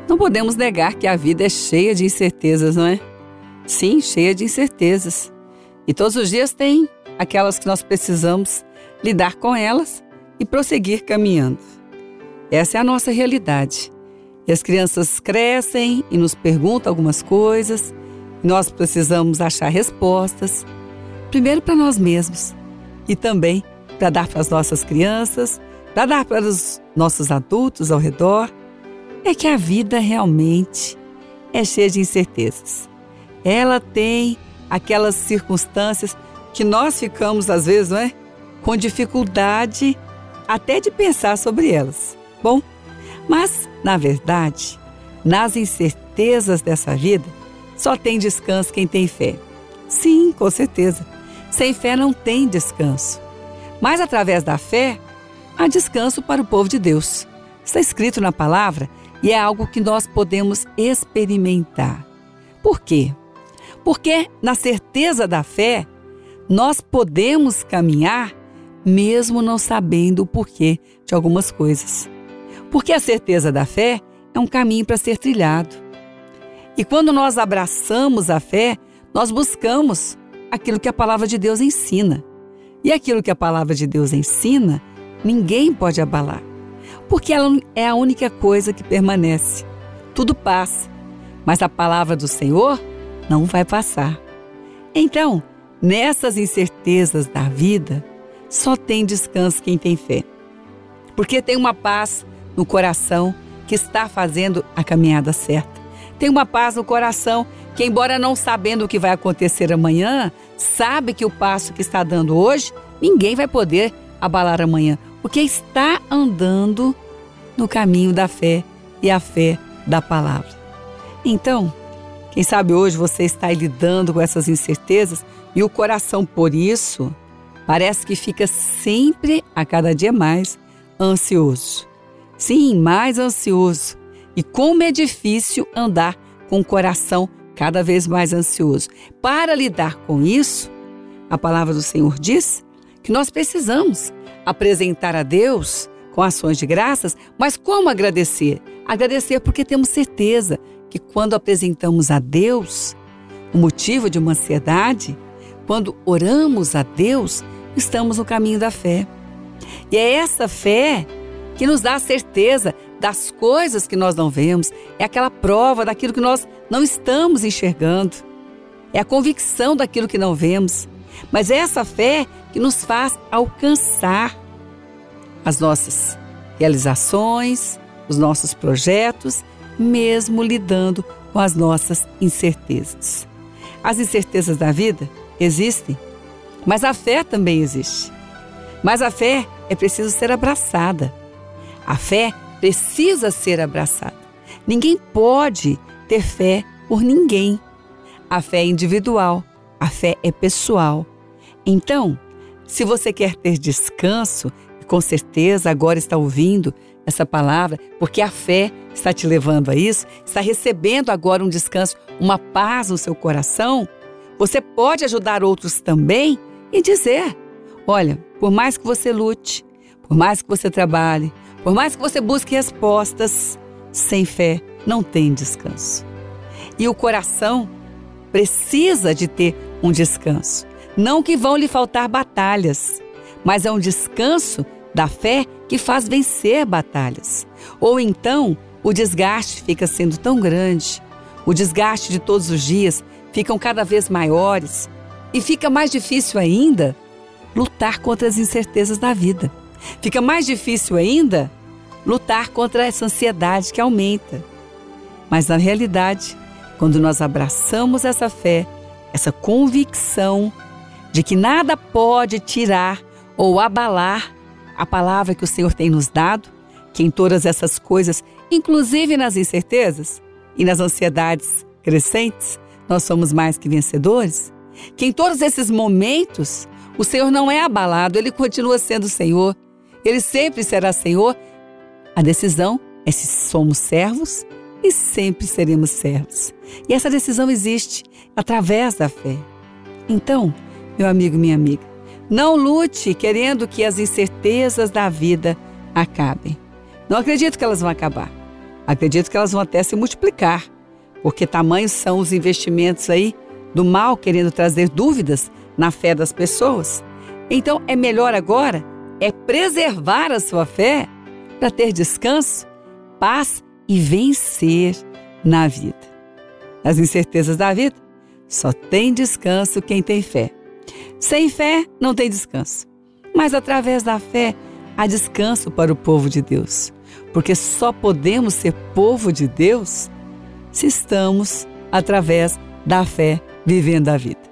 Não podemos negar que a vida é cheia de incertezas, não é? Sim, cheia de incertezas. E todos os dias tem aquelas que nós precisamos lidar com elas e prosseguir caminhando. Essa é a nossa realidade. E as crianças crescem e nos perguntam algumas coisas, e nós precisamos achar respostas, primeiro para nós mesmos e também para dar para as nossas crianças, para dar para os nossos adultos ao redor. É que a vida realmente é cheia de incertezas. Ela tem aquelas circunstâncias que nós ficamos, às vezes, não é? Com dificuldade até de pensar sobre elas. Bom, mas, na verdade, nas incertezas dessa vida, só tem descanso quem tem fé. Sim, com certeza. Sem fé não tem descanso. Mas, através da fé, há descanso para o povo de Deus. Está escrito na palavra e é algo que nós podemos experimentar. Por quê? Porque, na certeza da fé, nós podemos caminhar mesmo não sabendo o porquê de algumas coisas. Porque a certeza da fé é um caminho para ser trilhado. E quando nós abraçamos a fé, nós buscamos aquilo que a palavra de Deus ensina. E aquilo que a palavra de Deus ensina, ninguém pode abalar. Porque ela é a única coisa que permanece. Tudo passa, mas a palavra do Senhor não vai passar. Então, nessas incertezas da vida, só tem descanso quem tem fé. Porque tem uma paz no coração que está fazendo a caminhada certa. Tem uma paz no coração que, embora não sabendo o que vai acontecer amanhã, sabe que o passo que está dando hoje, ninguém vai poder abalar amanhã, porque está andando no caminho da fé e a fé da palavra. Então, quem sabe hoje você está aí lidando com essas incertezas e o coração, por isso, parece que fica sempre, a cada dia mais, ansioso. Sim, mais ansioso. E como é difícil andar com o coração cada vez mais ansioso. Para lidar com isso, a palavra do Senhor diz que nós precisamos apresentar a Deus com ações de graças, mas como agradecer? Agradecer porque temos certeza que quando apresentamos a Deus o motivo de uma ansiedade, quando oramos a Deus, estamos no caminho da fé. E é essa fé que nos dá a certeza das coisas que nós não vemos, é aquela prova daquilo que nós não estamos enxergando, é a convicção daquilo que não vemos, mas é essa fé que nos faz alcançar as nossas realizações, os nossos projetos, mesmo lidando com as nossas incertezas. As incertezas da vida existem, mas a fé também existe. Mas a fé é preciso ser abraçada. A fé precisa ser abraçada. Ninguém pode ter fé por ninguém. A fé é individual, a fé é pessoal. Então, se você quer ter descanso, com certeza agora está ouvindo essa palavra, porque a fé está te levando a isso, está recebendo agora um descanso, uma paz no seu coração, você pode ajudar outros também e dizer, olha, por mais que você lute, por mais que você trabalhe, por mais que você busque respostas, sem fé não tem descanso. E o coração precisa de ter um descanso. Não que vão lhe faltar batalhas, mas é um descanso da fé que faz vencer batalhas. Ou então, o desgaste fica sendo tão grande, o desgaste de todos os dias ficam cada vez maiores e fica mais difícil ainda lutar contra as incertezas da vida. Fica mais difícil ainda lutar contra essa ansiedade que aumenta. Mas na realidade, quando nós abraçamos essa fé, essa convicção de que nada pode tirar ou abalar a palavra que o Senhor tem nos dado, que em todas essas coisas, inclusive nas incertezas e nas ansiedades crescentes, nós somos mais que vencedores, que em todos esses momentos o Senhor não é abalado, Ele continua sendo Senhor, Ele sempre será Senhor. A decisão é se somos servos e sempre seremos servos. E essa decisão existe através da fé. Então, meu amigo, minha amiga, não lute querendo que as incertezas da vida acabem. Não acredito que elas vão acabar. Acredito que elas vão até se multiplicar, porque tamanhos são os investimentos aí do mal querendo trazer dúvidas na fé das pessoas. Então é melhor agora preservar a sua fé para ter descanso, paz e vencer na vida. Nas incertezas da vida, só tem descanso quem tem fé. Sem fé não tem descanso, mas através da fé há descanso para o povo de Deus, porque só podemos ser povo de Deus se estamos através da fé vivendo a vida.